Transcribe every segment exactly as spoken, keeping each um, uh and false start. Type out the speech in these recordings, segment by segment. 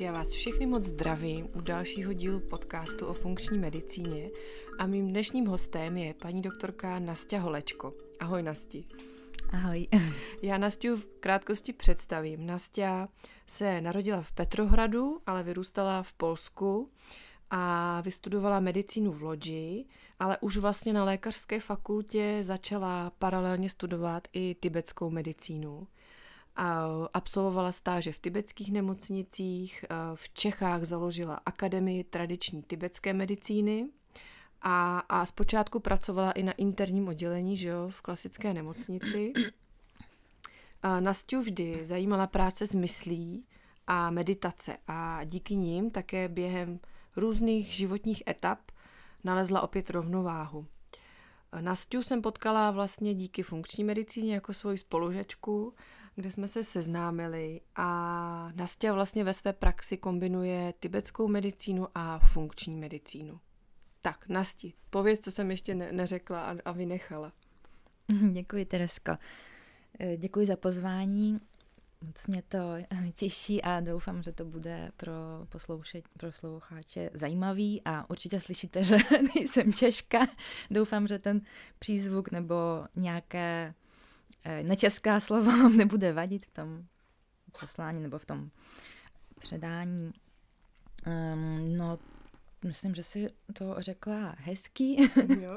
já vás všechny moc zdravím u dalšího dílu podcastu o funkční medicíně a mým dnešním hostem je paní doktorka Nastia Holečko. Ahoj Nasti. Ahoj. Já Nastiu v krátkosti představím. Nastia se narodila v Petrohradu, ale vyrůstala v Polsku a vystudovala medicínu v Lodži, ale už vlastně na lékařské fakultě začala paralelně studovat i tibetskou medicínu. A absolvovala stáže v tibetských nemocnicích, v Čechách založila Akademii tradiční tibetské medicíny a, a zpočátku pracovala i na interním oddělení, že jo, v klasické nemocnici. A Nastiu vždy zajímala práce s myslí a meditace a díky nim také během různých životních etap nalezla opět rovnováhu. Nastiu jsem potkala vlastně díky funkční medicíně jako svoji spolužačku, kde jsme se seznámili a Nastia vlastně ve své praxi kombinuje tibetskou medicínu a funkční medicínu. Tak, Nasti, pověz, co jsem ještě ne- neřekla a, a vynechala. Děkuji, Teresko. Děkuji za pozvání. Moc mě to těší a doufám, že to bude pro posluchače zajímavý a určitě slyšíte, že nejsem Češka. Doufám, že ten přízvuk nebo nějaké nečeská slova vám nebude vadit v tom poslání nebo v tom předání. Um, no, myslím, že si to řekla hezky. Jo.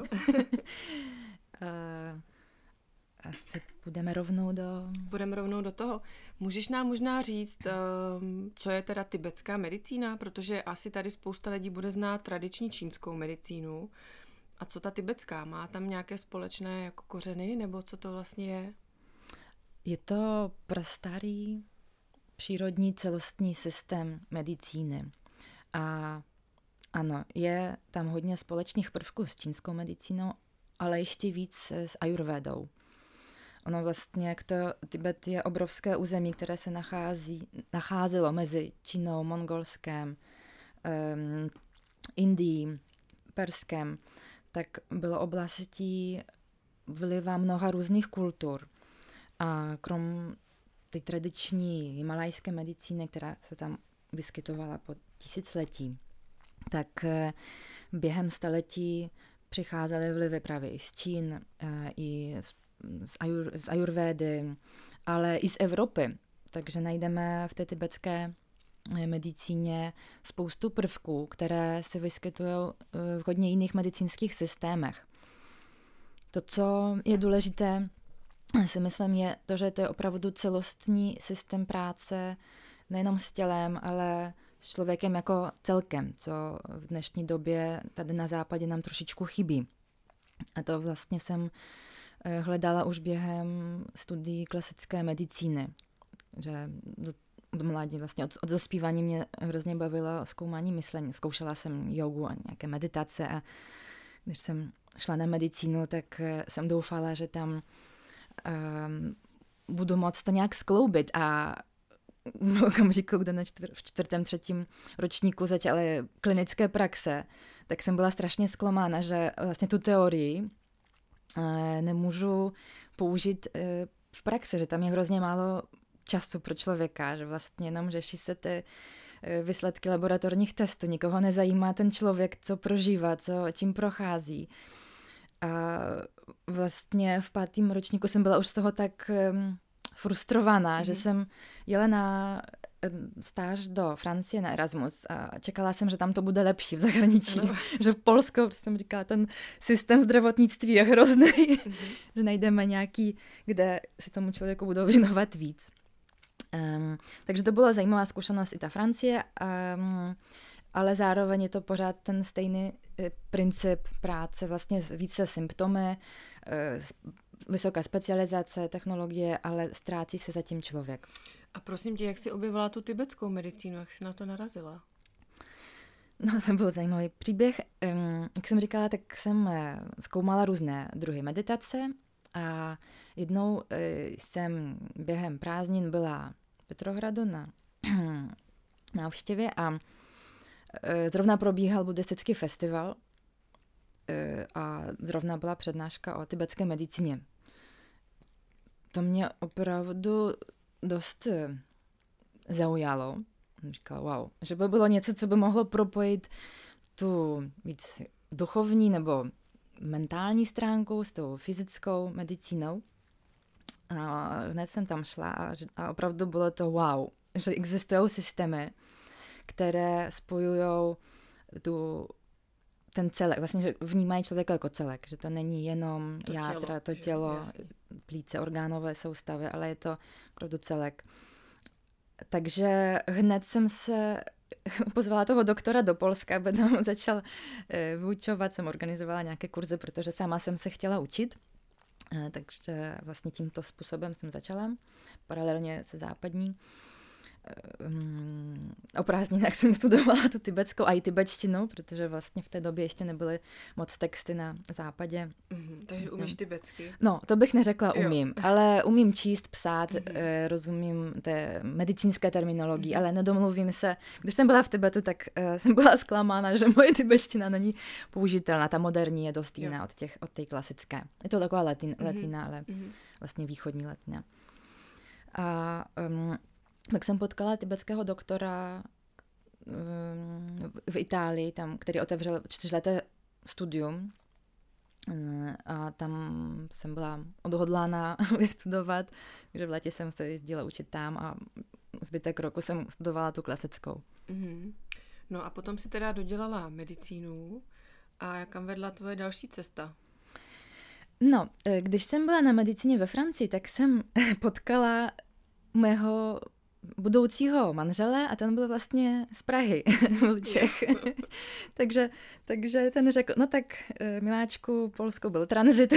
uh, asi půjdeme rovnou do... Půjdeme rovnou do toho. Můžeš nám možná říct, um, co je teda tibetská medicína, protože asi tady spousta lidí bude znát tradiční čínskou medicínu. A co ta tibetská? Má tam nějaké společné jako kořeny, nebo co to vlastně je? Je to prastarý přírodní celostní systém medicíny. A ano, je tam hodně společných prvků s čínskou medicínou, ale ještě víc s ajurvédou. Ono vlastně, jak to Tibet je obrovské území, které se nachází, nacházelo mezi Čínou, Mongolskem, um, Indií, Perskem, tak bylo oblastí vliva mnoha různých kultur. A krom té tradiční himalajské medicíny, která se tam vyskytovala po tisíciletí, tak během staletí přicházely vlivy právě i z Čín, i z, ajur, z ajurvédy, ale i z Evropy. Takže najdeme v té tibetské medicíně spoustu prvků, které se vyskytují v hodně jiných medicínských systémech. To, co je důležité, si myslím, je to, že to je opravdu celostní systém práce nejenom s tělem, ale s člověkem jako celkem, co v dnešní době tady na západě nám trošičku chybí. A to vlastně jsem hledala už během studií klasické medicíny, že do, do mládí vlastně od, od dospívání mě hrozně bavilo zkoumání myšlení. Zkoušela jsem jogu a nějaké meditace a když jsem šla na medicínu, tak jsem doufala, že tam um, budu moct to nějak skloubit a v okamžiku, kdy na čtvr, v čtvrtém, třetím ročníku začaly klinické praxe, tak jsem byla strašně zklamána, že vlastně tu teorii uh, nemůžu použít uh, v praxi, že tam je hrozně málo času pro člověka, že vlastně jenom řeší se ty uh, výsledky laboratorních testů, nikoho nezajímá ten člověk, co prožívá, co čím prochází. A vlastně v pátém ročníku jsem byla už z toho tak um, frustrovaná, mm. že jsem jela na stáž do Francie na Erasmus a čekala jsem, že tam to bude lepší v zahraničí. Ano. Že v Polsku, protože jsem říkala, ten systém zdravotnictví je hrozný, mm. že najdeme nějaký, kde si tomu člověku budou věnovat víc. Um, takže to byla zajímavá zkušenost i ta Francie, um, ale zároveň je to pořád ten stejný princip práce, vlastně více symptomy, vysoká specializace, technologie, ale ztrácí se zatím člověk. A prosím tě, jak jsi objevila tu tibetskou medicínu, jak jsi na to narazila? No, to byl zajímavý příběh. Jak jsem říkala, tak jsem zkoumala různé druhy meditace a jednou jsem během prázdnin byla v Petrohradu na návštěvě a zrovna probíhal buddhistický festival a zrovna byla přednáška o tibetské medicíně. To mě opravdu dost zaujalo říkala, wow, že by bylo něco, co by mohlo propojit tu víc duchovní nebo mentální stránku s tou fyzickou medicínou. A hned jsem tam šla a, a opravdu bylo to wow, že existují systémy, které spojují tu, ten celek, vlastně, že vnímají člověka jako celek, že to není jenom to jádra, tělo, to tělo, jasný. Plíce, orgánové soustavy, ale je to opravdu celek. Takže hned jsem se pozvala toho doktora do Polska, aby tam začal vyučovat, jsem organizovala nějaké kurzy, protože sama jsem se chtěla učit. Takže vlastně tímto způsobem jsem začala, paralelně se západní. Um, o prázdninách jsem studovala tu tibetskou a i tibetštinu, protože vlastně v té době ještě nebyly moc texty na západě. Mm-hmm, takže umíš tibetsky? No, to bych neřekla umím, jo. Ale umím číst, psát, mm-hmm. eh, rozumím té medicínské terminologii, mm-hmm. ale nedomluvím se. Když jsem byla v Tibetu, tak eh, jsem byla zklamána, že moje tibetština není použitelná. Ta moderní je dost jiná od, těch, od té klasické. Je to taková latin, mm-hmm. latina, ale mm-hmm. vlastně východní latina. A um, tak jsem potkala tibetského doktora v Itálii, tam, který otevřel čtyřleté studium a tam jsem byla odhodlána vystudovat, takže v létě jsem se jezdila učit tam a zbytek roku jsem studovala tu klasickou. Mm-hmm. No a potom si teda dodělala medicínu a kam vedla tvoje další cesta? No, když jsem byla na medicíně ve Francii, tak jsem potkala mého budoucího manžele a ten byl vlastně z Prahy, byl Čech. takže, takže ten řekl, no tak miláčku, Polsko byl tranzit,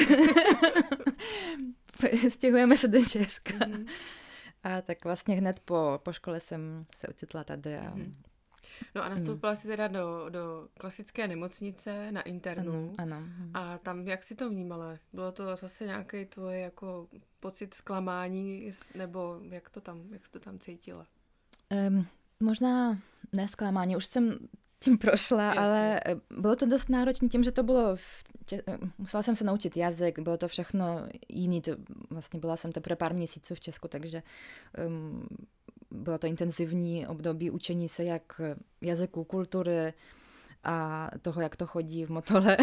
stěhujeme se do Česka. Mm-hmm. A tak vlastně hned po, po škole jsem se ocitla tady. A... Mm-hmm. No a nastoupila mm. si teda do, do klasické nemocnice na internu. Ano, ano. A tam jak si to vnímala? Bylo to zase nějaký tvoje jako pocit zklamání, nebo jak to tam, jak jsi to tam cítila? Um, možná nesklamání, už jsem tím prošla, jasně. Ale bylo to dost náročné tím, že to bylo, v Če- musela jsem se naučit jazyk, bylo to všechno jiný, to, vlastně byla jsem teprve pár měsíců v Česku, takže um, bylo to intenzivní období učení se jak jazyku, kultury a toho, jak to chodí v Motole.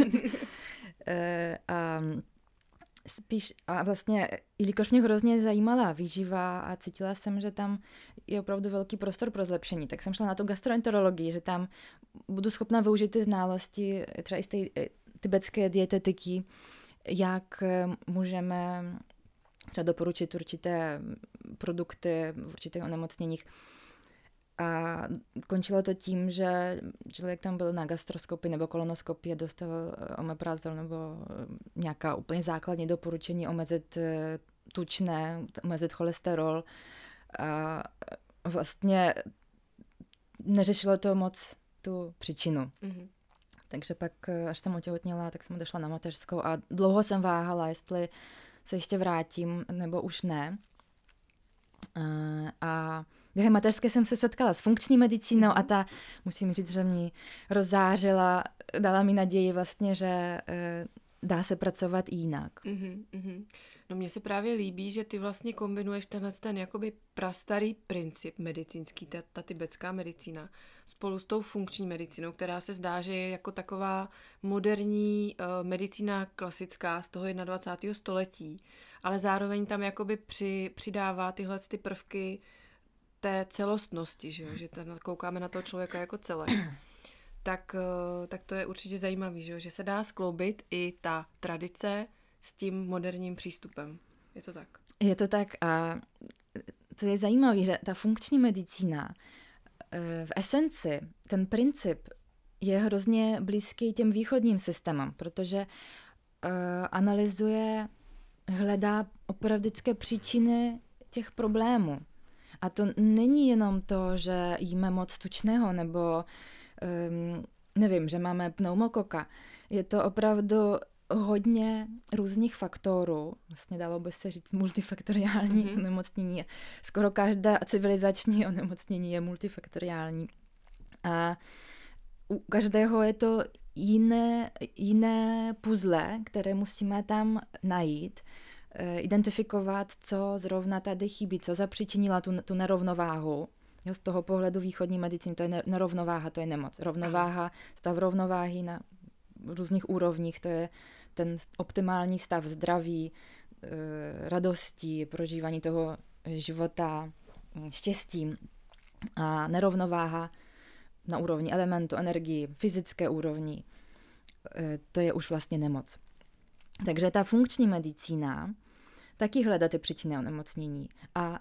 a spíš, a vlastně, jelikož mě hrozně zajímala výživa a cítila jsem, že tam je opravdu velký prostor pro zlepšení, tak jsem šla na tu gastroenterologii, že tam budu schopna využít ty znalosti třeba i z té tibetské dietetiky, jak můžeme třeba doporučit určité produkty v určitých onemocněních. A končilo to tím, že člověk tam byl na gastroskopii nebo kolonoskopii, dostal omeprazol nebo nějaká úplně základní doporučení omezit tučné, omezit cholesterol. A vlastně neřešilo to moc tu příčinu. Mm-hmm. Takže pak, až jsem otěhotněla, tak jsem odešla na mateřskou a dlouho jsem váhala, jestli se ještě vrátím, nebo už ne. A během mateřské jsem se setkala s funkční medicínou a ta, musím říct, že mě rozzářila, dala mi naději vlastně, že dá se pracovat i jinak. Mm-hmm, mm-hmm. No mně se právě líbí, že ty vlastně kombinuješ tenhle ten jakoby prastarý princip medicínský, ta, ta tibetská medicína, spolu s tou funkční medicínou, která se zdá, že je jako taková moderní uh, medicína klasická z toho dvacátého prvního století, ale zároveň tam jakoby při, přidává tyhle ty prvky té celostnosti, že, jo? Že ten, koukáme na toho člověka jako celek. Tak, uh, tak to je určitě zajímavý, že, jo? Že se dá skloubit i ta tradice s tím moderním přístupem. Je to tak? Je to tak a co je zajímavé, že ta funkční medicína v esenci, ten princip je hrozně blízký těm východním systémům, protože uh, analyzuje, hledá opravdické příčiny těch problémů. A to není jenom to, že jíme moc tučného, nebo um, nevím, že máme pneumokoka. Je to opravdu hodně různých faktorů, vlastně dalo by se říct multifaktoriální mm-hmm. onemocnění. Skoro každá civilizační onemocnění je multifaktoriální. A u každého je to jiné, jiné puzzle, které musíme tam najít, identifikovat, co zrovna tady chybí, co zapříčinila tu, tu nerovnováhu. Jo, z toho pohledu východní medicíny to je nerovnováha, to je nemoc. Rovnováha, stav rovnováhy na různých úrovních, to je ten optimální stav zdraví, radosti, prožívání toho života, štěstí. A nerovnováha na úrovni elementu, energii, fyzické úrovni, to je už vlastně nemoc. Takže ta funkční medicína taky hledá ty příčiny onemocnění. A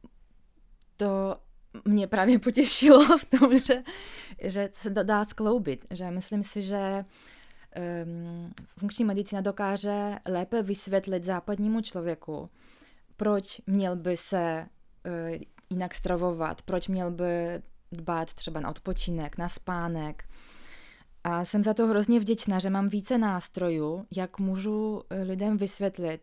to mě právě potěšilo v tom, že, že se to dá skloubit. Že myslím si, že um, funkční medicína dokáže lépe vysvětlit západnímu člověku, proč měl by se uh, jinak stravovat, proč měl by dbát třeba na odpočinek, na spánek. A jsem za to hrozně vděčná, že mám více nástrojů, jak můžu lidem vysvětlit,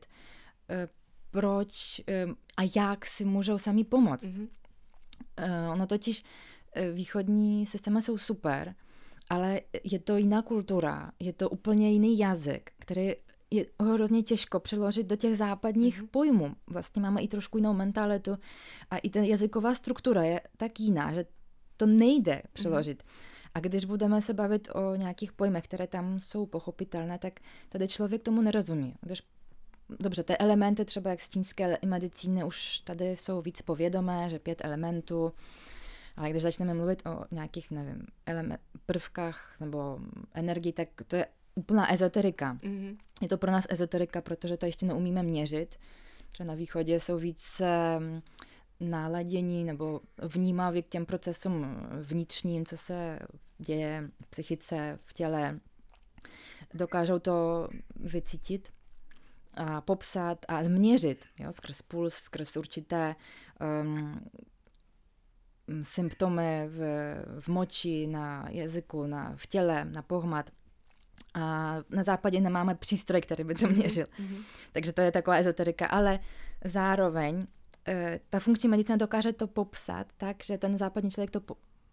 proč a jak si můžou sami pomoct. Mm-hmm. Ono totiž východní systémy jsou super, ale je to jiná kultura, je to úplně jiný jazyk, který je hrozně těžko přeložit do těch západních mm-hmm. pojmů. Vlastně máme i trošku jinou mentalitu a i ta jazyková struktura je tak jiná, že to nejde přeložit. Mm-hmm. A když budeme se bavit o nějakých pojmech, které tam jsou pochopitelné, tak tady člověk tomu nerozumí. Když, dobře, ty elementy třeba jak z čínské medicíny už tady jsou víc povědomé, že pět elementů, ale když začneme mluvit o nějakých, nevím, element, prvkách nebo energii, tak to je úplná ezoterika. Mm-hmm. Je to pro nás ezoterika, protože to ještě neumíme měřit, že na východě jsou víc náladění nebo vnímaví k těm procesům vnitřním, co se děje v psychice, v těle. Dokážou to vycítit a popsat a změřit, jo, skrz puls, skrz určité um, symptomy v, v moči, na jazyku, na, v těle, na pohmat. A na západě nemáme přístroj, který by to měřil. Mm-hmm. Takže to je taková ezoterika, ale zároveň ta funkční medicína dokáže to popsat tak, že ten západní člověk to,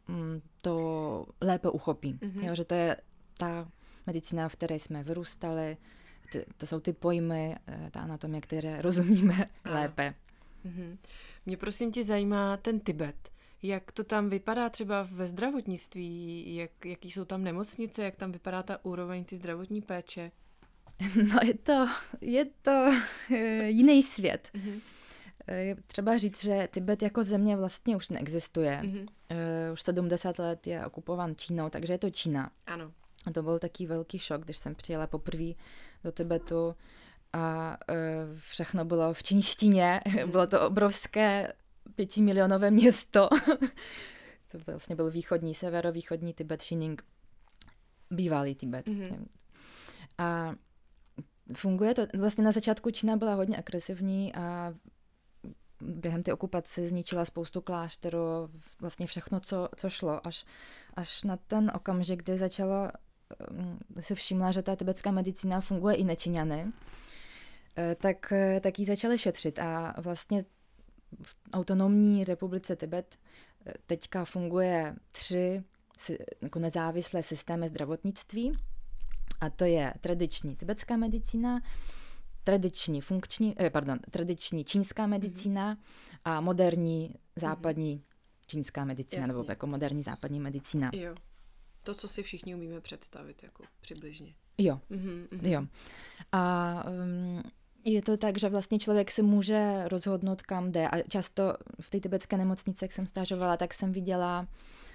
to lépe uchopí. Mm-hmm. Jo, že to je ta medicína, v které jsme vyrůstali, ty, to jsou ty pojmy, ta anatomie, které rozumíme ano. lépe. Mm-hmm. Mě prosím tě zajímá ten Tibet. Jak to tam vypadá třeba ve zdravotnictví? Jak, jaký jsou tam nemocnice? Jak tam vypadá ta úroveň ty zdravotní péče? No je to, je to jiný svět. Mm-hmm. Je třeba říct, že Tibet jako země vlastně už neexistuje. Mm-hmm. Už sedmdesát let je okupován Čínou, takže je to Čína. Ano. A to byl taký velký šok, když jsem přijela poprvé do Tibetu a všechno bylo v čínštině. Mm-hmm. Bylo to obrovské pětimilionové město. To vlastně byl východní, severovýchodní Tibet, Xining, bývalý Tibet. Mm-hmm. A funguje to, vlastně na začátku Čína byla hodně agresivní a během té okupace zničila spoustu klášterů, vlastně všechno, co, co šlo, až, až na ten okamžik, kdy začala se všimla, že ta tibetská medicína funguje i nečíňany, tak, tak ji začali šetřit a vlastně v autonomní republice Tibet teďka funguje tři jako nezávislé systémy zdravotnictví a to je tradiční tibetská medicína, tradiční funkční, eh, pardon, tradiční čínská medicína mm-hmm. a moderní západní mm-hmm. čínská medicína, Jasně. nebo jako moderní západní medicína. Jo. To, co si všichni umíme představit, jako přibližně. Jo, mm-hmm. jo. A um, je to tak, že vlastně člověk si může rozhodnout, kam jde. A často v té tibetské nemocnici, jak jsem stážovala, tak jsem viděla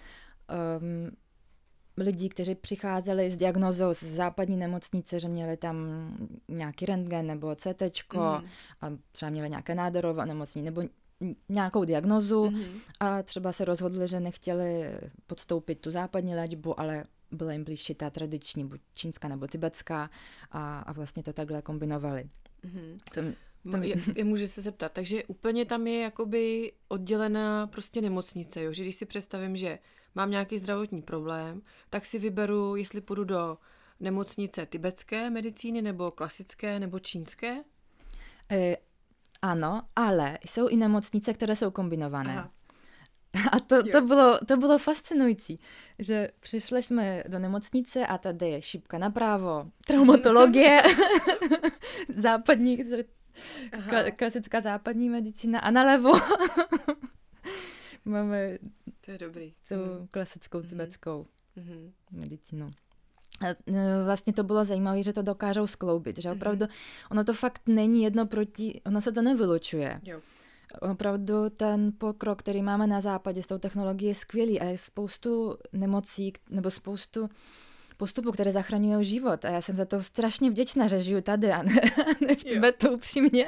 um, lidi, kteří přicházeli s diagnózou z západní nemocnice, že měli tam nějaký rentgen nebo CTčko mm. a třeba měli nějaké nádorové onemocnění nebo nějakou diagnózu mm. a třeba se rozhodli, že nechtěli podstoupit tu západní léčbu, ale byla jim blížší ta tradiční, buď čínská nebo tibetská a, a vlastně to takhle kombinovali. Mm. To, to... Je, je, může se zeptat, takže úplně tam je jakoby oddělená prostě nemocnice, jo? Že když si představím, že mám nějaký zdravotní problém, tak si vyberu, jestli půjdu do nemocnice tibetské medicíny, nebo klasické, nebo čínské? E, ano, ale jsou i nemocnice, které jsou kombinované. Aha. A to, to, bylo, to bylo fascinující, že přišli jsme do nemocnice a tady je šipka napravo, traumatologie, západní, klasická západní medicína a nalevo máme To je dobrý. Tu mm. klasickou tibetskou mm. medicínu. A vlastně to bylo zajímavé, že to dokážou skloubit, že opravdu ono to fakt není jedno proti, ono se to nevylučuje. Jo. Opravdu ten pokrok, který máme na západě s tou technologií, je skvělý a je spoustu nemocí nebo spoustu postupů, které zachraňují život. A já jsem za to strašně vděčná, že žiju tady a ne, ne v Tibetu upřímně.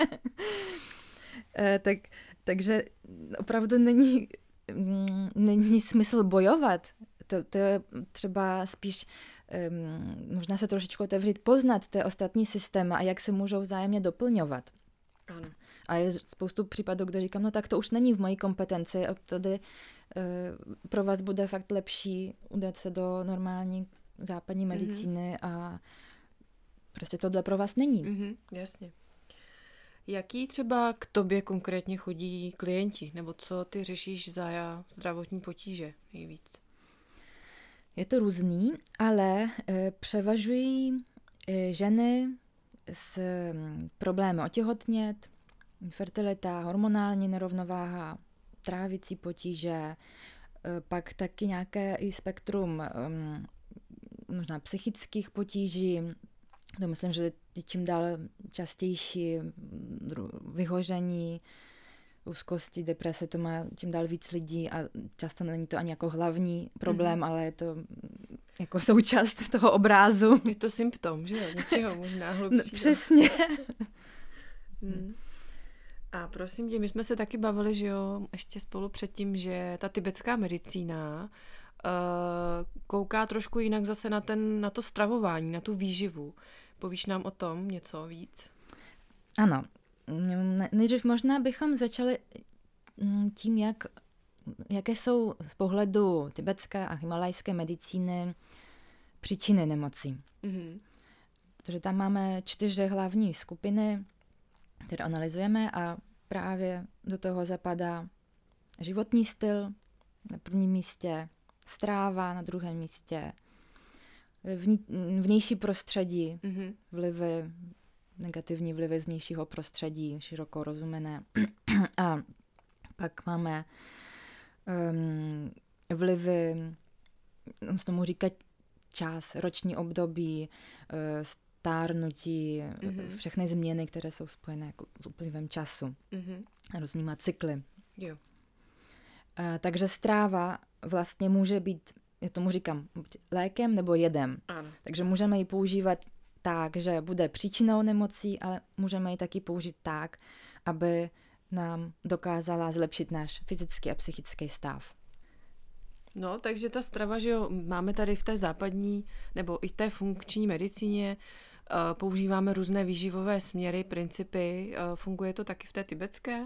e, tak, takže opravdu není, není smysl bojovat. To, to je třeba spíš um, možná se trošičku otevřít, poznat ty ostatní systémy a jak se můžou vzájemně doplňovat. Ano. A je spoustu případů, kde říkám, no tak to už není v mojí kompetenci a tady uh, pro vás bude fakt lepší udat se do normální západní medicíny mm-hmm. a prostě tohle pro vás není. Mm-hmm, jasně. Jaký třeba k tobě konkrétně chodí klienti? Nebo co ty řešíš za zdravotní potíže nejvíc? Je to různý, ale e, převažují e, ženy s m, problémy otěhotnět, fertilita, hormonální nerovnováha, trávicí potíže, e, pak taky nějaké i spektrum m, možná psychických potíží. To myslím, že je čím dál častější vyhoření, úzkosti, deprese, to má čím dál víc lidí a často není to ani jako hlavní problém, mm-hmm. ale je to jako součást toho obrázu. Je to symptom, že jo? Něčeho možná hlubšího. No, přesně. Hmm. A prosím tě, my jsme se taky bavili, že jo, ještě spolu předtím, že ta tibetská medicína uh, kouká trošku jinak zase na, ten, na to stravování, na tu výživu. Povíš nám o tom něco víc? Ano. Nejdřív možná bychom začali tím, jak, jaké jsou z pohledu tibetské a himalajské medicíny příčiny nemocí. Mm-hmm. Protože tam máme čtyři hlavní skupiny, které analyzujeme a právě do toho zapadá životní styl na prvním místě, stráva na druhém místě, vnější prostředí, mm-hmm. vlivy, negativní vlivy z vnějšího prostředí, široko rozuměné. A pak máme um, vlivy, z tomu říkat čas, roční období, uh, stárnutí, mm-hmm. všechny změny, které jsou spojené jako s uplynulým času, mm-hmm. různýma cykly. Jo. Uh, takže stráva vlastně může být, já tomu říkám, lékem nebo jedem. Ano. Takže můžeme ji používat tak, že bude příčinou nemocí, ale můžeme ji taky použít tak, aby nám dokázala zlepšit náš fyzický a psychický stav. No, takže ta strava, že jo, máme tady v té západní nebo i té funkční medicíně, uh, používáme různé výživové směry, principy. Uh, funguje to taky v té tibetské?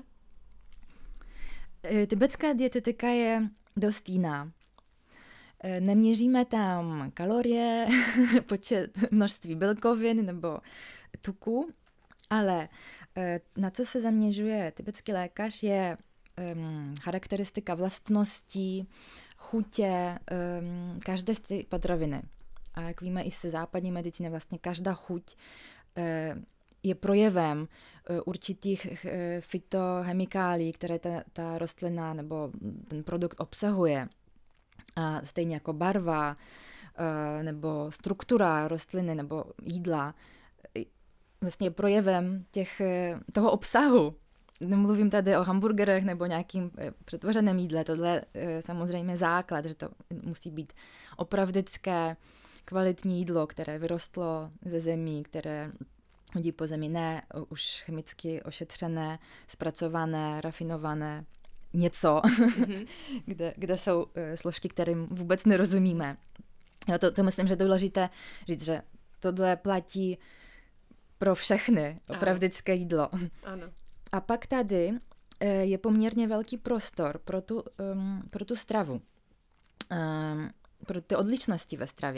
Tibetská dietetika je dost jiná. Neměříme tam kalorie, počet množství bílkovin nebo tuku, ale na co se zaměřuje tibetský lékař je um, charakteristika vlastností, chutě um, každé z té potraviny. A jak víme i se západní medicíny, vlastně každá chuť uh, je projevem uh, určitých uh, fytochemikálí, které ta, ta rostlina nebo ten produkt obsahuje. A stejně jako barva nebo struktura rostliny nebo jídla vlastně je projevem těch, toho obsahu. Nemluvím tady o hamburgerech nebo nějakým přetvořeném jídle, tohle je samozřejmě základ, že to musí být opravdické, kvalitní jídlo, které vyrostlo ze zemí, které hodí po zemi, ne už chemicky ošetřené, zpracované, rafinované, něco, mm-hmm. kde, kde jsou uh, složky, kterým vůbec nerozumíme. Jo, to, to myslím, že je důležité říct, že tohle platí pro všechny opravdické ano. jídlo. Ano. A pak tady uh, je poměrně velký prostor pro tu, um, pro tu stravu, um, pro ty odlišnosti ve stravě.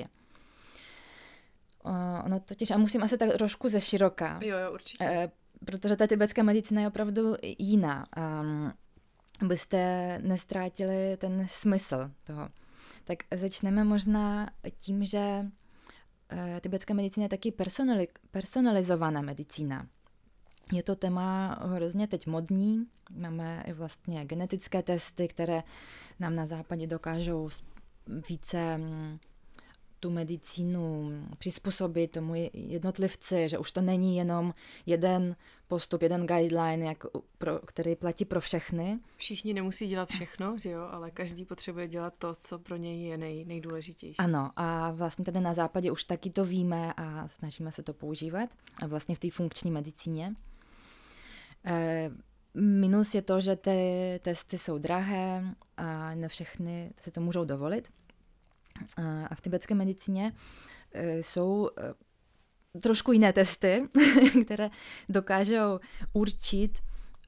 Uh, ono totiž, a musím asi tak trošku ze široka. Jo, jo, určitě. Uh, protože ta tibetská medicína je opravdu jiná. Um, abyste nestrátili ten smysl toho. Tak začneme možná tím, že e, tibetská medicína je taky personali- personalizovaná medicína. je to téma hrozně teď modní. Máme i vlastně genetické testy, které nám na západě dokážou více tu medicínu přizpůsobit tomu jednotlivci, že už to není jenom jeden postup, jeden guideline, jak pro, který platí pro všechny. Všichni nemusí dělat všechno, že jo, ale každý potřebuje dělat to, co pro něj je nej, nejdůležitější. Ano, a vlastně tady na západě už taky to víme a snažíme se to používat a vlastně v té funkční medicíně. E, minus je to, že ty testy jsou drahé a ne všechny si to můžou dovolit. A v tibetské medicíně jsou trošku jiné testy, které dokážou určit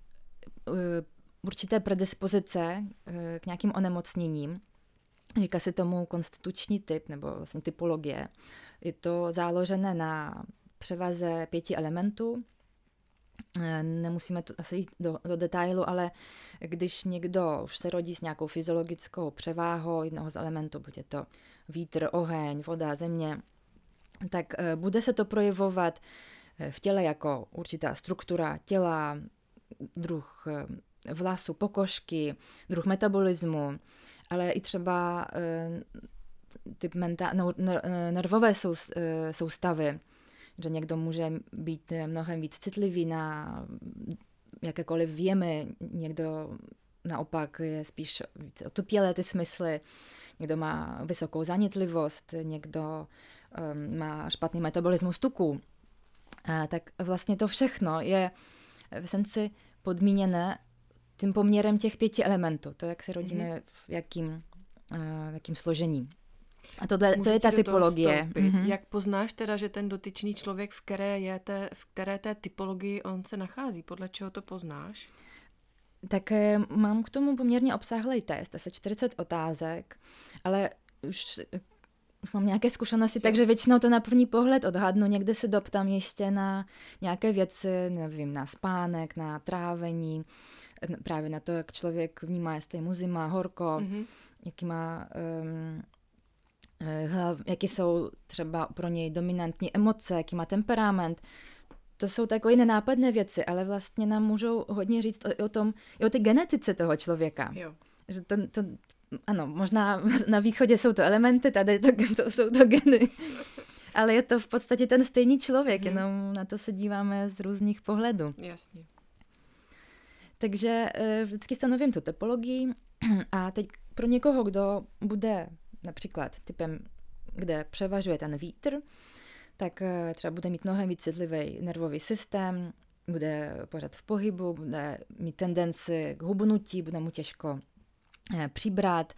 určité predispozice k nějakým onemocněním. Říká se tomu konstituční typ nebo vlastně typologie. Je to založené na převaze pěti elementů. Nemusíme to asi jít do, do detailu, ale když někdo už se rodí s nějakou fyziologickou převáhou jednoho z elementů, bude to vítr, oheň, voda, země, tak bude se to projevovat v těle jako určitá struktura těla, druh vlasu, pokožky, druh metabolismu, ale i třeba typ menta- no, nervové soustavy, že někdo může být mnohem víc citlivý na jakékoliv věmy, někdo naopak je spíš víc otupělé ty smysly, někdo má vysokou zanětlivost, někdo um, má špatný metabolismus tuků. A tak vlastně to všechno je v esenci podmíněné tím poměrem těch pěti elementů, to, jak se rodíme, mm-hmm. v jakým, uh, v jakým složení. A tohle, to je ta typologie. Mm-hmm. Jak poznáš teda, že ten dotyčný člověk, v které, je té, v které té typologii on se nachází? Podle čeho to poznáš? Tak mám k tomu poměrně obsáhlý test, asi čtyřicet otázek, ale už, už mám nějaké zkušenosti, takže většinou to na první pohled odhadnu. Někde se doptám ještě na nějaké věci, nevím, na spánek, na trávení, právě na to, jak člověk vnímá, jestli mu zima, horko, mm-hmm. jaký má... Um, jaký jsou třeba pro něj dominantní emoce, jaký má temperament. To jsou takové nenápadné věci, ale vlastně nám můžou hodně říct o, o tom, i o té genetice toho člověka. Jo. Že to, to, ano, možná na východě jsou to elementy, tady to, to jsou to geny. Ale je to v podstatě ten stejný člověk, hmm. jenom na to se díváme z různých pohledů. Jasně. Takže vždycky stanovím tu typologii a teď pro někoho, kdo bude například typem, kde převažuje ten vítr, tak třeba bude mít mnohem víc citlivý nervový systém, bude pořád v pohybu, bude mít tendenci k hubnutí, bude mu těžko přibrat.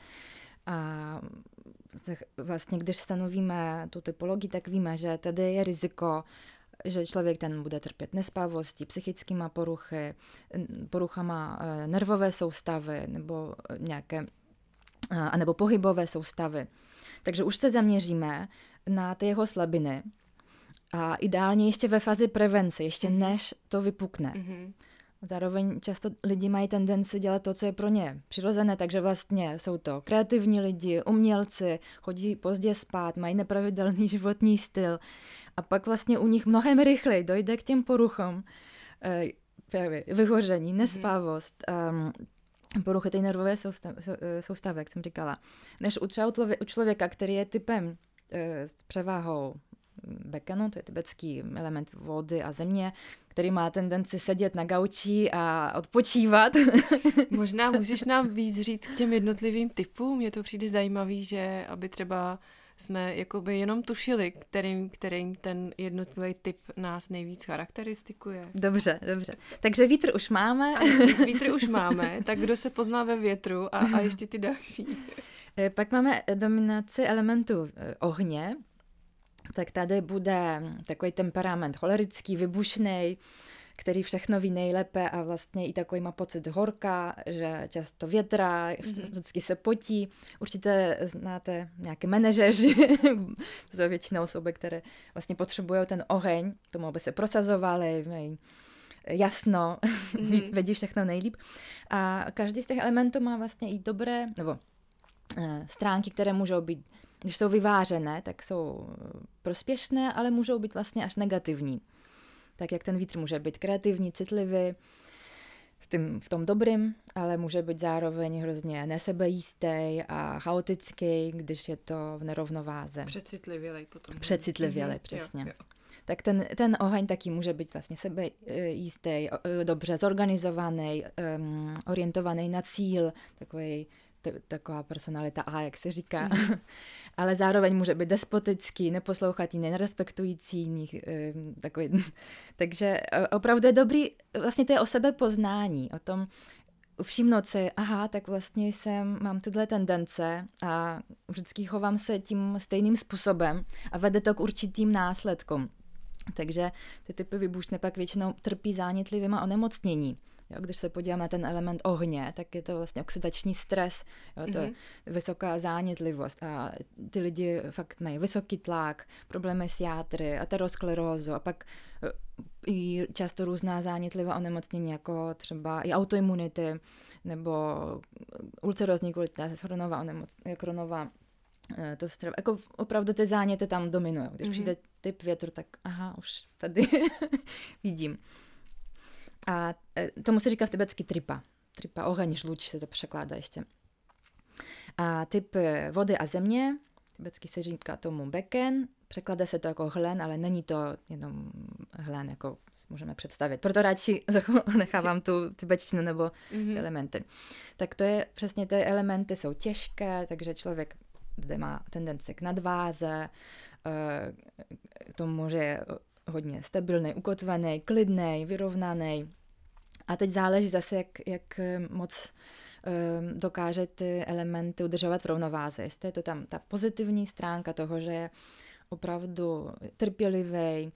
A vlastně, když stanovíme tu typologii, tak víme, že tady je riziko, že člověk ten bude trpět nespavostí, psychickýma poruchy, poruchama nervové soustavy nebo nějaké a nebo pohybové soustavy. Takže už se zaměříme na ty jeho slabiny a ideálně ještě ve fázi prevence, ještě mm-hmm. než to vypukne. Mm-hmm. Zároveň často lidi mají tendenci dělat to, co je pro ně přirozené, takže vlastně jsou to kreativní lidi, umělci, chodí pozdě spát, mají nepravidelný životní styl a pak vlastně u nich mnohem rychleji dojde k těm poruchám, právě vyhoření, nespavost, um, poruchy té nervové soustavy, jak jsem říkala, než u třeba u člověka, který je typem e, s převáhou bekenu, to je tibetský element vody a země, který má tendenci sedět na gauči a odpočívat. Možná můžeš nám víc říct k těm jednotlivým typům? Mně to přijde zajímavý, že aby třeba jsme jakoby jenom tušili, kterým, kterým ten jednotlivý typ nás nejvíc charakteristikuje. Dobře, dobře. Takže vítr už máme. Ano, vítr už máme, tak kdo se pozná ve větru a, a ještě ty další. Pak máme dominaci elementu ohně, tak tady bude takový temperament cholerický, vybušnej, který všechno ví nejlépe a vlastně i takový má pocit horka, že často větrá, vždycky se potí. Určitě znáte nějaké manažeři, to jsou většinou osoby, které vlastně potřebují ten oheň, tomu, aby se prosazovali, mají jasno, mm-hmm. vědí všechno nejlíp. A každý z těch elementů má vlastně i dobré, nebo uh, stránky, které můžou být, když jsou vyvážené, tak jsou prospěšné, ale můžou být vlastně až negativní. Tak jak ten vítr může být kreativní, citlivý, v, tým, v tom dobrým, ale může být zároveň hrozně nesebejistý a chaotický, když je to v nerovnováze. Přecitlivělej potom. Přecitlivělej, mm-hmm. přesně. Jo, jo. Tak ten, ten oheň taky může být vlastně sebejistý, dobře zorganizovaný, um, orientovaný na cíl, takový, t- taková personalita A, jak se říká. Mm. Ale zároveň může být despotický, neposlouchatý, nerespektující. Um, takový. Takže opravdu je dobrý, vlastně to je o sebepoznání, o tom všimnout si, aha, tak vlastně jsem, mám tyhle tendence a vždycky chovám se tím stejným způsobem a vede to k určitým následkům. Takže ty typy výbušné pak většinou trpí zánětlivýma onemocnění. Jo, když se podíváme na ten element ohně, tak je to vlastně oxidační stres, jo, to mm-hmm. je vysoká zánětlivost a ty lidi fakt mají vysoký tlak, problémy s játry, aterosklerózu a pak i často různá zánětlivá onemocnění, jako třeba i autoimunity nebo ulcerózní kolitis, chronová onemocnění, chronová to střeva, jako opravdu ty záněty tam dominují. Když mm-hmm. přijde typ větru, tak aha, už tady vidím. A tomu se říká v tibetsky tripa. Tripa, oheň, žluč se to překládá ještě. A typ vody a země, tibetsky se říká tomu beken, překládá se to jako hlen, ale není to jenom hlen, jako můžeme představit. Proto radši nechávám tu tibetštinu nebo mm-hmm. ty elementy. Tak to je přesně, ty elementy jsou těžké, takže člověk kde má tendenci k nadváze, k tomu, že je hodně stabilný, ukotvený, klidný, vyrovnaný. A teď záleží zase, jak, jak moc dokáže ty elementy udržovat v rovnováze. Jestli je to tam ta pozitivní stránka toho, že je opravdu trpělivý,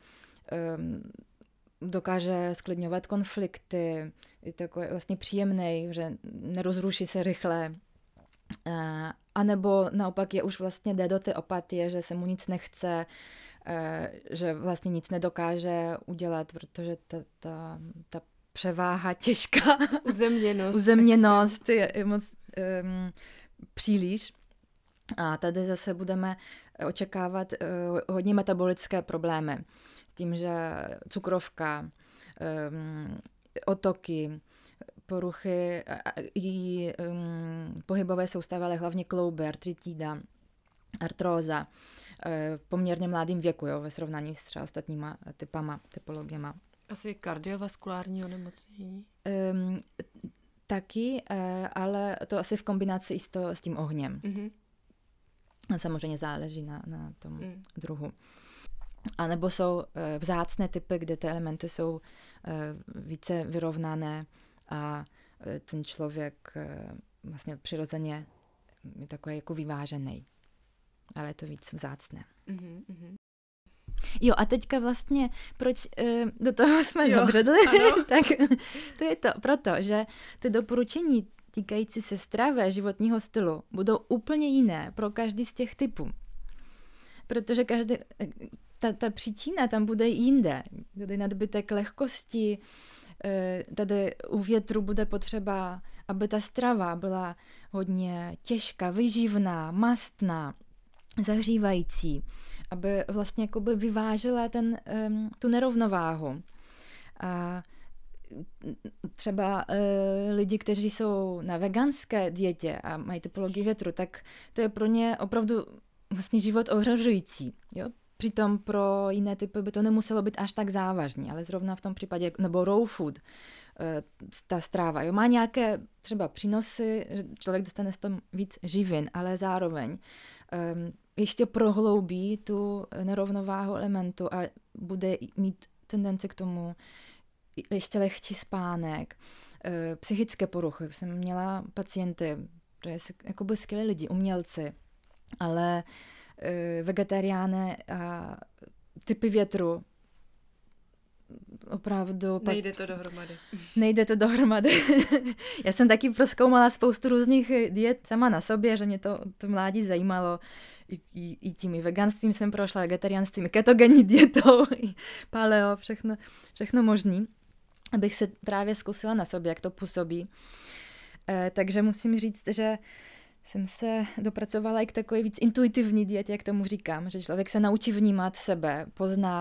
dokáže sklidňovat konflikty, je takový vlastně příjemný, že nerozruší se rychle. A nebo naopak je už vlastně jde do té apatie, že se mu nic nechce, že vlastně nic nedokáže udělat, protože ta, ta, ta převáha těžká uzemněnost, uzemněnost je, je moc um, příliš. A tady zase budeme očekávat uh, hodně metabolické problémy. S tím, že cukrovka, um, otoky, poruchy i um, pohybové soustavy, ale hlavně klouby, artritída, artróza v poměrně mladém věku, jo, ve srovnání s třeba ostatníma typama, typologiema. Asi kardiovaskulární onemocnění? Um, taky, uh, ale to asi v kombinaci i s, to, s tím ohněm. Mm-hmm. Samozřejmě záleží na, na tom mm. druhu. A nebo jsou uh, vzácné typy, kde ty elementy jsou uh, více vyrovnané a uh, ten člověk uh, vlastně přirozeně je takový jako vyvážený. Ale je to víc vzácné. Mm-hmm. Jo, a teďka vlastně, proč uh, do toho jsme jo, zabředli, tak to je to, protože ty doporučení týkající se stravy a životního stylu budou úplně jiné pro každý z těch typů. Protože každý, ta, ta příčina tam bude jinde. Tady nadbytek lehkosti, tady u větru bude potřeba, aby ta strava byla hodně těžká, vyživná, mastná, zahřívající, aby vlastně jakoby vyvážela ten, um, tu nerovnováhu. A třeba uh, lidi, kteří jsou na veganské dietě a mají typologii větru, tak to je pro ně opravdu vlastně život ohrožující. Jo? Přitom pro jiné typy by to nemuselo být až tak závažné, ale zrovna v tom případě, nebo raw food, uh, ta stráva, jo? Má nějaké třeba přínosy, že člověk dostane z tom víc živin, ale zároveň um, ještě prohloubí tu nerovnováhu elementu a bude mít tendenci k tomu ještě lehčí spánek, psychické poruchy. Jsem měla pacienty, to je jakoby skvělí lidi, umělci, ale vegetariány a typy větru opravdu... Nejde to dohromady. Nejde to dohromady. Já jsem taky prozkoumala spoustu různých diet sama na sobě, že mě to, to mládí zajímalo. I, i, i tím i veganstvím jsem prošla, vegetariánstvím, i ketogenní dietou, i paleo, všechno, všechno možný, abych se právě zkusila na sobě, jak to působí. E, takže musím říct, že jsem se dopracovala i k takové víc intuitivní dietě, jak tomu říkám, že člověk se naučí vnímat sebe, pozná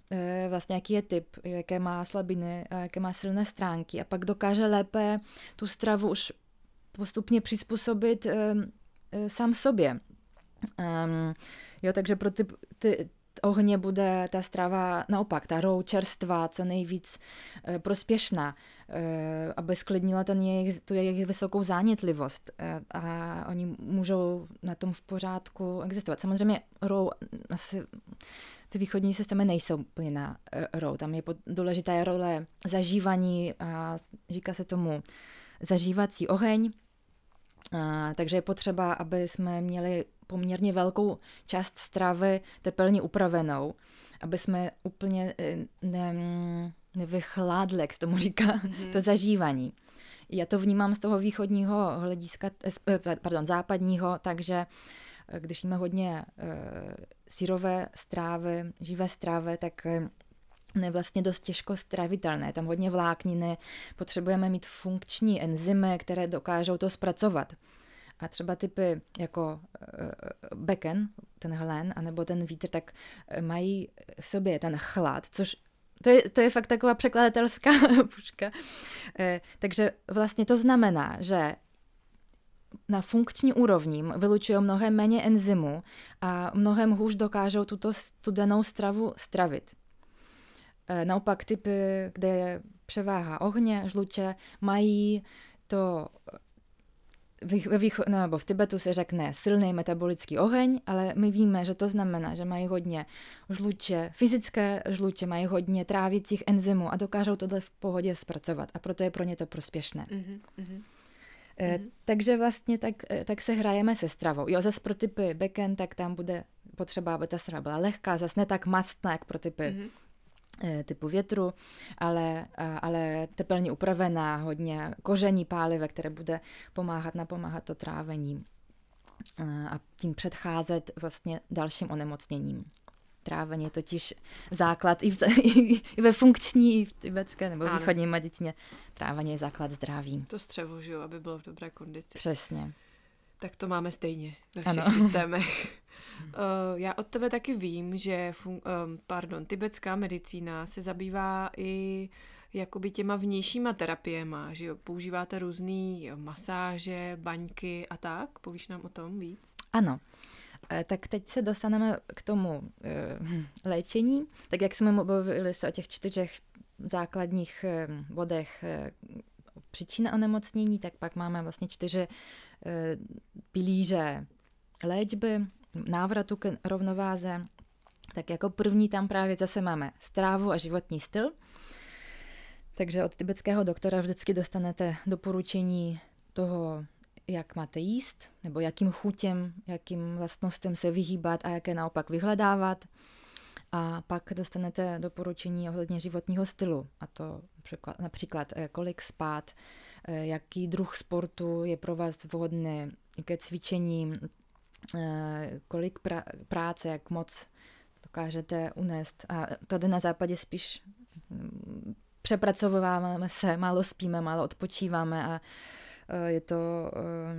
vlastně jaký je typ, jaké má slabiny, jaké má silné stránky a pak dokáže lépe tu stravu už postupně přizpůsobit sám sobě. Um, jo, takže pro ty, ty ohně bude ta strava naopak, ta raw, čerstvá, co nejvíc e, prospěšná, e, aby sklidnila ten jejich, tu jejich vysokou zánětlivost e, a oni můžou na tom v pořádku existovat. Samozřejmě raw, asi ty východní systémy nejsou úplně na e, raw, tam je pod, důležitá je role zažívaní a říká se tomu zažívací oheň, a, takže je potřeba, aby jsme měli poměrně velkou část stravy tepelně upravenou, aby jsme úplně ne, nevychládli, jak se tomu říká, mm-hmm. to zažívání. Já to vnímám z toho východního hlediska, pardon, západního, takže když jíme hodně uh, syrové strávy, živé strávy, tak je vlastně dost těžko stravitelné. Tam hodně vlákniny, potřebujeme mít funkční enzymy, které dokážou to zpracovat. A třeba typy jako uh, beken, ten hlen, anebo ten vítr, tak mají v sobě ten chlad, což to je, to je fakt taková překladatelská puška. E, takže vlastně to znamená, že na funkční úrovni vylučují mnohem méně enzymů a mnohem hůř dokážou tuto studenou stravu stravit. E, naopak typy, kde je převáha ohně, žluče, mají to ve výcho- nebo v Tibetu se řekne silný metabolický oheň, ale my víme, že to znamená, že mají hodně žluče, fyzické žluče, mají hodně trávicích enzymů a dokážou tohle v pohodě zpracovat a proto je pro ně to prospěšné. Mm-hmm, mm-hmm. E, mm-hmm. Takže vlastně tak, tak se hrajeme se stravou. Jo, zase pro typy beken, tak tam bude potřeba, aby ta strava byla lehká, zase ne tak mastná, jak pro typy mm-hmm. typu větru, ale, ale tepelně upravená, hodně koření pálive, které bude pomáhat, napomáhat to trávení a tím předcházet vlastně dalším onemocněním. Trávení je totiž základ i, v, i ve funkční, i v tibetské nebo v východní medicíně. Trávení je základ zdraví. To střevo, že jo, aby bylo v dobré kondici. Přesně. Tak to máme stejně ve všech ano. systémech. Uh, já od tebe taky vím, že fun- um, pardon, tibetská medicína se zabývá i jakoby těma vnějšíma terapiema, že jo? Používáte různý masáže, baňky a tak. Povíš nám o tom víc? Ano. E, tak teď se dostaneme k tomu e, léčení. Tak jak jsme mluvili se o těch čtyřech základních e, bodech e, příčin onemocnění, tak pak máme vlastně čtyři e, pilíře léčby, návratu k rovnováze. Tak jako první tam právě zase máme strávu a životní styl. Takže od tibetského doktora vždycky dostanete doporučení toho, jak máte jíst, nebo jakým chutěm, jakým vlastnostem se vyhýbat a jaké naopak vyhledávat. A pak dostanete doporučení ohledně životního stylu. A to například kolik spát, jaký druh sportu je pro vás vhodný ke cvičení, kolik pra- práce, jak moc dokážete unést. A tady na západě spíš přepracováváme se, málo spíme, málo odpočíváme a je to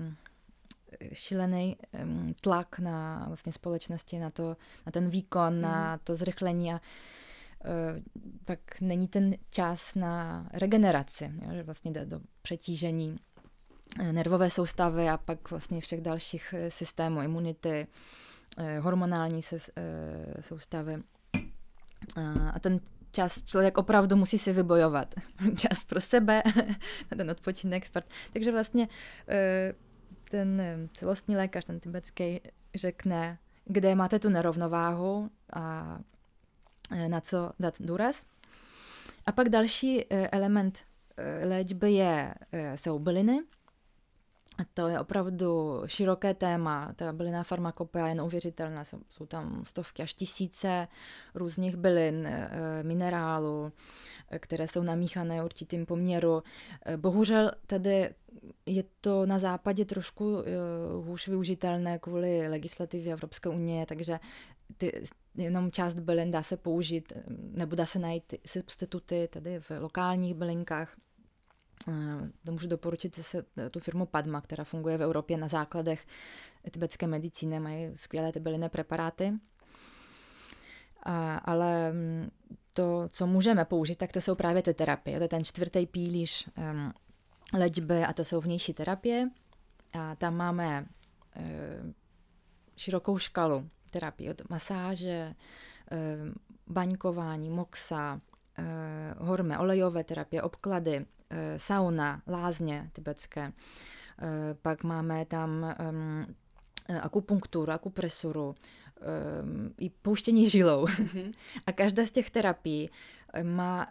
šílený tlak na vlastně společnosti, na, to, na ten výkon, mm. na to zrychlení a pak není ten čas na regeneraci, jo, že vlastně jde do přetížení nervové soustavy a pak vlastně všech dalších systémů, imunity, hormonální soustavy. A ten čas člověk opravdu musí si vybojovat. Čas pro sebe, na ten odpočinek, sport. Takže vlastně ten celostní lékař, ten tibetský, řekne, kde máte tu nerovnováhu a na co dát důraz. A pak další element léčby je, jsou byliny. A to je opravdu široké téma. Ta bylinná farmakopea je neuvěřitelná. Jsou, jsou tam stovky až tisíce různých bylin, minerálů, které jsou namíchané určitým poměru. Bohužel tady je to na západě trošku hůř využitelné kvůli legislativě Evropské unie, takže ty, jenom část bylin dá se použít, nebo dá se najít substituty tady v lokálních bylinkách. To můžu doporučit se tu firmu Padma, která funguje v Evropě na základech tibetské medicíny, mají skvělé ty bylinné preparáty. A, ale to, co můžeme použít, tak to jsou právě ty terapie. To je ten čtvrtý pilíř um, léčby a to jsou vnější terapie. A tam máme uh, širokou škalu terapie od masáže, uh, baňkování, moxa, uh, horme, olejové terapie, obklady, uh, sauna, lázně tibetské. Uh, pak máme tam um, akupunkturu, akupresuru, um, i pouštění žilou. Mm-hmm. A každá z těch terapií má,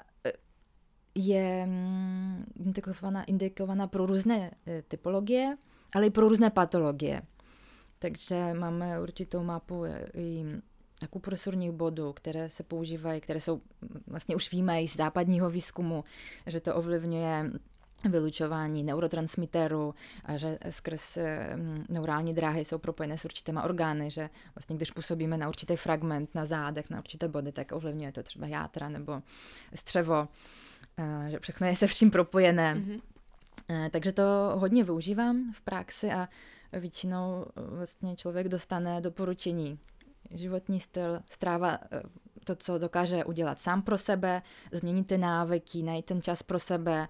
je indikovaná, indikovaná pro různé typologie, ale i pro různé patologie. Takže máme určitou mapu i akupresurních bodů, které se používají, které jsou, vlastně už víme i z západního výzkumu, že to ovlivňuje vylučování neurotransmiterů a že skrz neurální dráhy jsou propojené s určitýma orgány, že vlastně když působíme na určitý fragment na zádech, na určité body, tak ovlivňuje to třeba játra nebo střevo, že všechno je se vším propojené. Mm-hmm. Takže to hodně využívám v praxi a většinou vlastně člověk dostane doporučení. Životní styl, stráva, to, co dokáže udělat sám pro sebe, změnit ty návyky, najít ten čas pro sebe.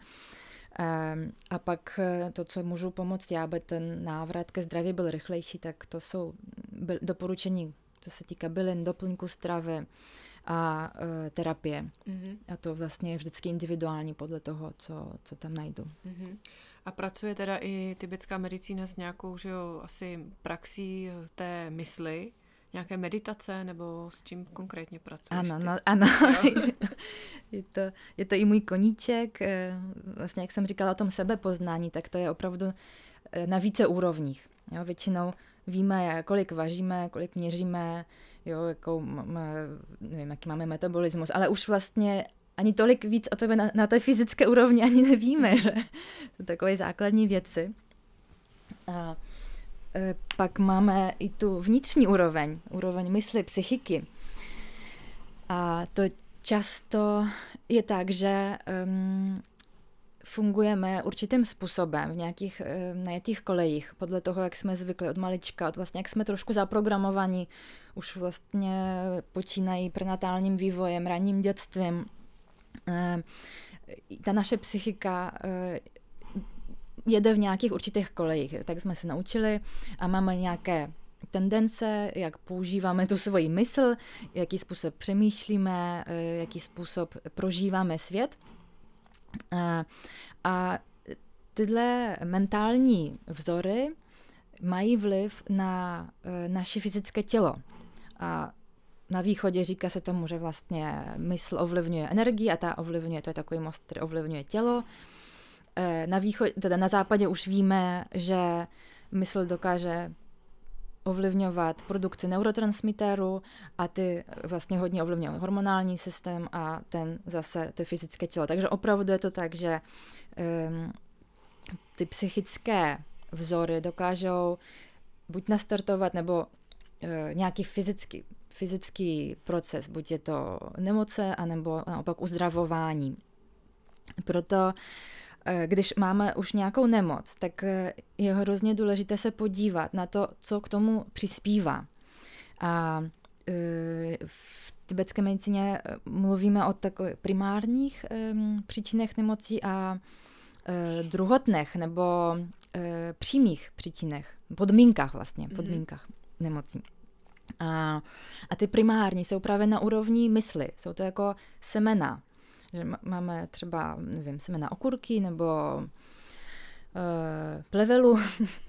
A pak to, co můžu pomoct já, aby ten návrat ke zdraví byl rychlejší, tak to jsou doporučení, co se týká bylin, doplňku stravy a e, terapie. Mm-hmm. A to vlastně je vždycky individuální podle toho, co, co tam najdu. Mm-hmm. A pracuje teda i tibetská medicína s nějakou, že jo, asi praxí té mysli, nějaké meditace, nebo s čím konkrétně pracuješ? Ano, no, ano. je, to, je to i můj koníček. Vlastně, jak jsem říkala o tom sebepoznání, tak to je opravdu na více úrovních. Jo, většinou víme, kolik važíme, kolik měříme, jo, jakou máme, nevím, jaký máme metabolismus, ale už vlastně ani tolik víc o tebe na, na té fyzické úrovni ani nevíme, že to takové základní věci. A pak máme i tu vnitřní úroveň, úroveň mysli, psychiky. A to často je tak, že um, fungujeme určitým způsobem v nějakých um, najetých kolejích, podle toho, jak jsme zvykli od malička, od vlastně jak jsme trošku zaprogramovaní, už vlastně počínají prenatálním vývojem, ranním dětstvím. Uh, ta naše psychika uh, jede v nějakých určitých kolejích, tak jsme se naučili a máme nějaké tendence, jak používáme tu svoji mysl, jaký způsob přemýšlíme, jaký způsob prožíváme svět. A, a tyhle mentální vzory mají vliv na naše fyzické tělo. A na východě říká se tomu, že vlastně mysl ovlivňuje energii a ta ovlivňuje, to je takový most, který ovlivňuje tělo. Na východě, teda na západě už víme, že mysl dokáže ovlivňovat produkci neurotransmiterů a ty vlastně hodně ovlivňují hormonální systém a ten zase ty fyzické tělo. Takže opravdu je to tak, že um, ty psychické vzory dokážou buď nastartovat nebo uh, nějaký fyzický, fyzický proces, buď je to nemoce, anebo naopak uzdravování. Proto když máme už nějakou nemoc, tak je hrozně důležité se podívat na to, co k tomu přispívá. A v tibetské medicíně mluvíme o takových primárních příčinách nemocí a druhotných nebo přímých příčinách, podmínkách vlastně, podmínkách mm-hmm. nemocí. A, a ty primární jsou právě na úrovni mysli, jsou to jako semena. Že máme třeba, nevím, semena okurky nebo uh, plevelu.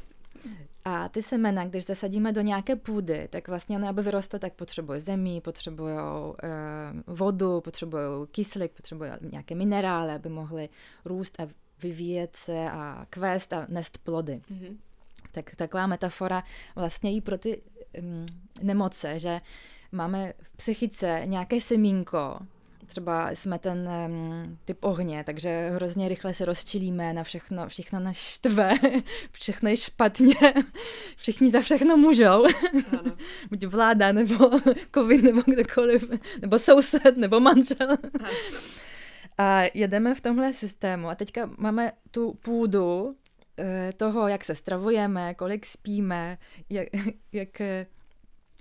A ty semena, když zasadíme do nějaké půdy, tak vlastně ono, aby vyrostly, tak potřebují zemi, potřebují uh, vodu, potřebují kyslík, potřebují nějaké minerály, aby mohly růst a vyvíjet se a kvést a nést plody. Mm-hmm. Tak taková metafora vlastně i pro ty um, nemoce, že máme v psychice nějaké semínko, třeba jsme ten um, typ ohně, takže hrozně rychle se rozčilíme na všechno, všechno nás štve, všechno je špatně, všichni za všechno můžou. Ano. Buď vláda, nebo covid, nebo kdokoliv, nebo soused, nebo manžel. Ano. A jedeme v tomhle systému a teďka máme tu půdu toho, jak se stravujeme, kolik spíme, jak, jak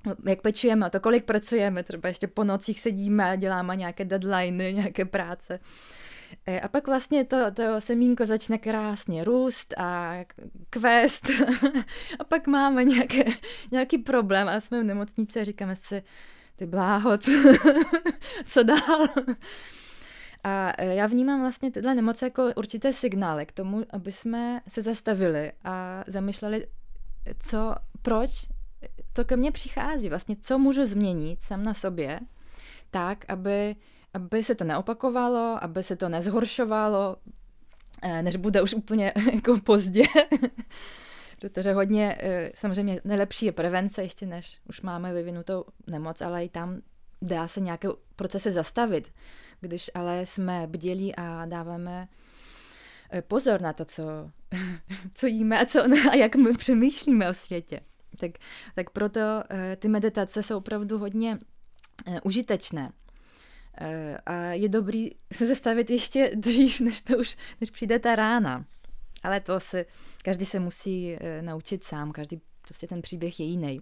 jak pečujeme, to kolik pracujeme, třeba ještě po nocích sedíme a děláme nějaké deadliny, nějaké práce. A pak vlastně to, to semínko začne krásně růst a kvést a pak máme nějaké, nějaký problém a jsme v nemocnici a říkáme si, ty bláho, co, co dál? A já vnímám vlastně tyhle nemoce jako určité signály k tomu, aby jsme se zastavili a zamýšleli, co, proč to ke mně přichází, vlastně co můžu změnit sám na sobě, tak, aby aby se to neopakovalo, aby se to nezhoršovalo, než bude už úplně jako pozdě. Protože hodně, samozřejmě nejlepší je prevence, ještě než už máme vyvinutou nemoc, ale i tam dá se nějaké procesy zastavit. Když ale jsme bdělí a dáváme pozor na to, co, co jíme a, co, a jak my přemýšlíme o světě. Tak, tak proto ty meditace jsou opravdu hodně užitečné. A je dobrý se zastavit ještě dřív, než to už, než přijde ta rána. Ale to se, každý se musí naučit sám, každý, prostě ten příběh je jiný.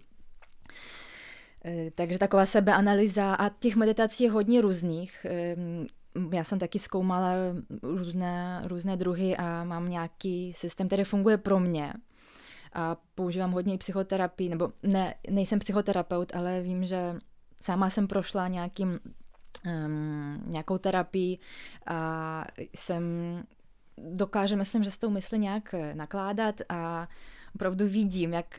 Takže taková sebeanalýza a těch meditací je hodně různých. Já jsem taky zkoumala různé, různé druhy a mám nějaký systém, který funguje pro mě. A používám hodně i psychoterapii, nebo ne, nejsem psychoterapeut, ale vím, že sama jsem prošla nějakým Um, nějakou terapii a jsem dokáže, myslím, že s tou myslí nějak nakládat a opravdu vidím, jak,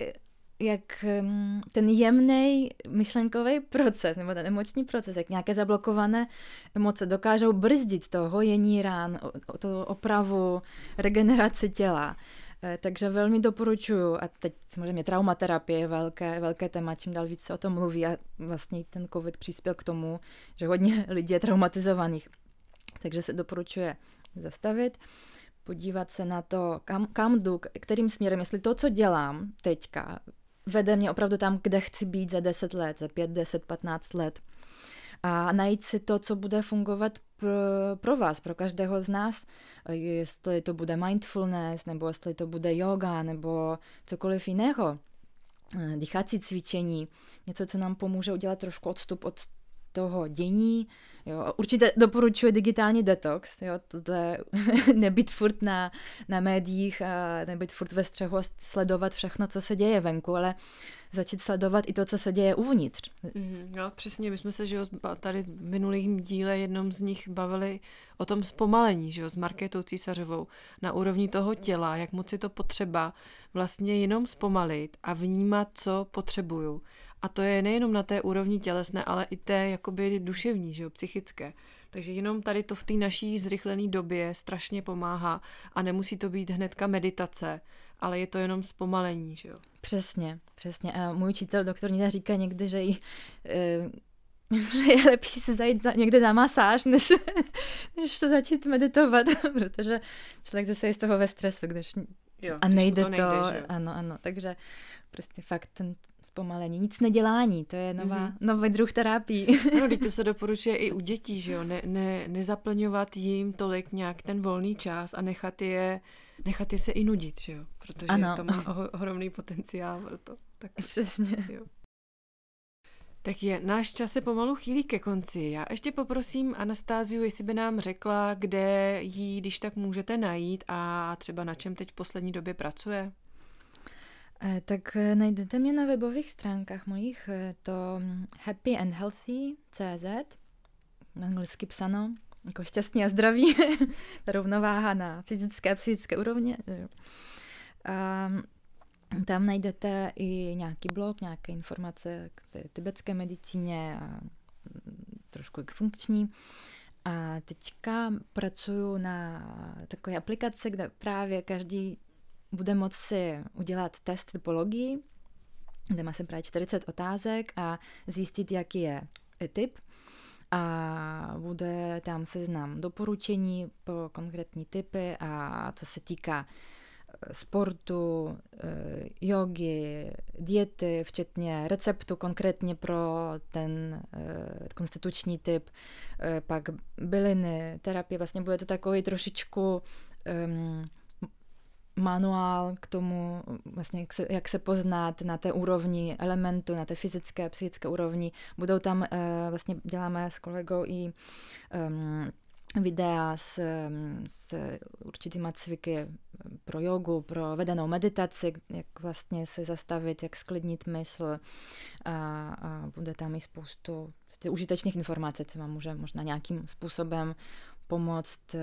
jak um, ten jemný myšlenkový proces nebo ten emoční proces, jak nějaké zablokované emoce dokážou brzdit to hojení rán, to opravu, regeneraci těla. Takže velmi doporučuju a teď samozřejmě traumaterapie je velké, velké téma, čím dál víc se o tom mluví a vlastně ten covid přispěl k tomu, že hodně lidí je traumatizovaných. Takže se doporučuje zastavit, podívat se na to, kam, kam jdu, kterým směrem, jestli to, co dělám teďka, vede mě opravdu tam, kde chci být za deset let, za pět, deset, patnáct let. A najít si to, co bude fungovat pro, pro vás, pro každého z nás, jestli to bude mindfulness, nebo jestli to bude yoga, nebo cokoliv jiného, dýchací cvičení, něco, co nám pomůže udělat trošku odstup od toho dění. Jo. Určitě doporučuji digitální detox, jo, to je nebýt furt na, na médiích a nebýt furt ve střehu a sledovat všechno, co se děje venku, ale začít sledovat i to, co se děje uvnitř. Mm, jo, přesně, my jsme se že jo, tady v minulým díle jednom z nich bavili o tom zpomalení, že jo, s Markétou Císařovou na úrovni toho těla, jak moc je to potřeba vlastně jenom zpomalit a vnímat, co potřebuju. A to je nejenom na té úrovni tělesné, ale i té jakoby duševní, že jo, psychické. Takže jenom tady to v té naší zrychlené době strašně pomáhá a nemusí to být hnedka meditace, ale je to jenom zpomalení, že jo. Přesně, přesně. A můj učitel, doktor Nida, říká někdy, že, jí, e, že je lepší se zajít za, někde za masáž, než, než to začít meditovat, protože člověk zase je z toho ve stresu, když jo, a nejde to, nejde, to ano, ano, takže prostě fakt ten zpomalení, nic nedělání, to je nová, mm-hmm. nový druh terapii. No, teď to se doporučuje i u dětí, že jo, ne, ne, nezaplňovat jim tolik nějak ten volný čas a nechat je, nechat je se i nudit, že jo, protože ano. To má ohromný potenciál pro to. Tak, přesně. Jo. Tak je, náš čas se pomalu chýlí ke konci. Já ještě poprosím Anastáziu, jestli by nám řekla, kde ji, když tak můžete najít a třeba na čem teď v poslední době pracuje. Tak najdete mě na webových stránkách mojich, to happy and healthy tečka cé zet, anglicky psáno, jako šťastný a zdravý, rovnováha na fyzické a psychické úrovně. A tam najdete i nějaký blog, nějaké informace k té tibetské medicíně a trošku k funkční. A teďka pracuju na takové aplikaci, kde právě každý bude moci udělat test typologii, kde má se právě čtyřicet otázek a zjistit, jaký je typ. A bude tam seznam doporučení pro konkrétní typy a co se týká sportu, jogy, diety, včetně receptu konkrétně pro ten konstituční typ, pak byliny, terapie, vlastně bude to takový trošičku um, manuál k tomu, vlastně jak se, jak se poznat na té úrovni elementu, na té fyzické, psychické úrovni. Budou tam, uh, vlastně děláme s kolegou i um, videa s, s určitýma cviky pro jogu, pro vedenou meditaci, jak vlastně se zastavit, jak sklidnit mysl a, a bude tam i spoustu prostě užitečných informací, co vám může možná nějakým způsobem pomoct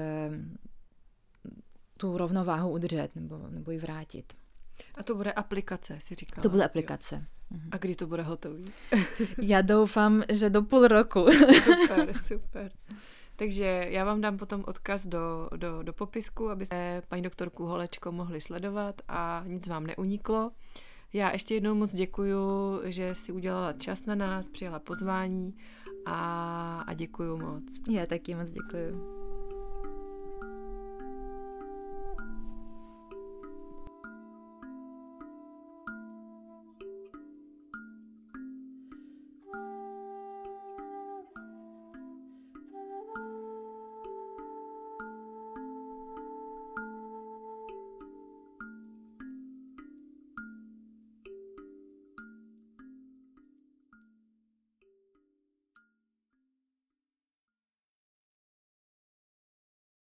tu rovnováhu udržet nebo, nebo ji vrátit. A to bude aplikace, si říkala. To bude aplikace. Mhm. A kdy to bude hotový? Já doufám, že do půl roku. Super, super. Takže já vám dám potom odkaz do, do, do popisku, abyste paní doktorku Holečko mohli sledovat a nic vám neuniklo. Já ještě jednou moc děkuju, že si udělala čas na nás, přijala pozvání a, a děkuju moc. Já taky moc děkuju.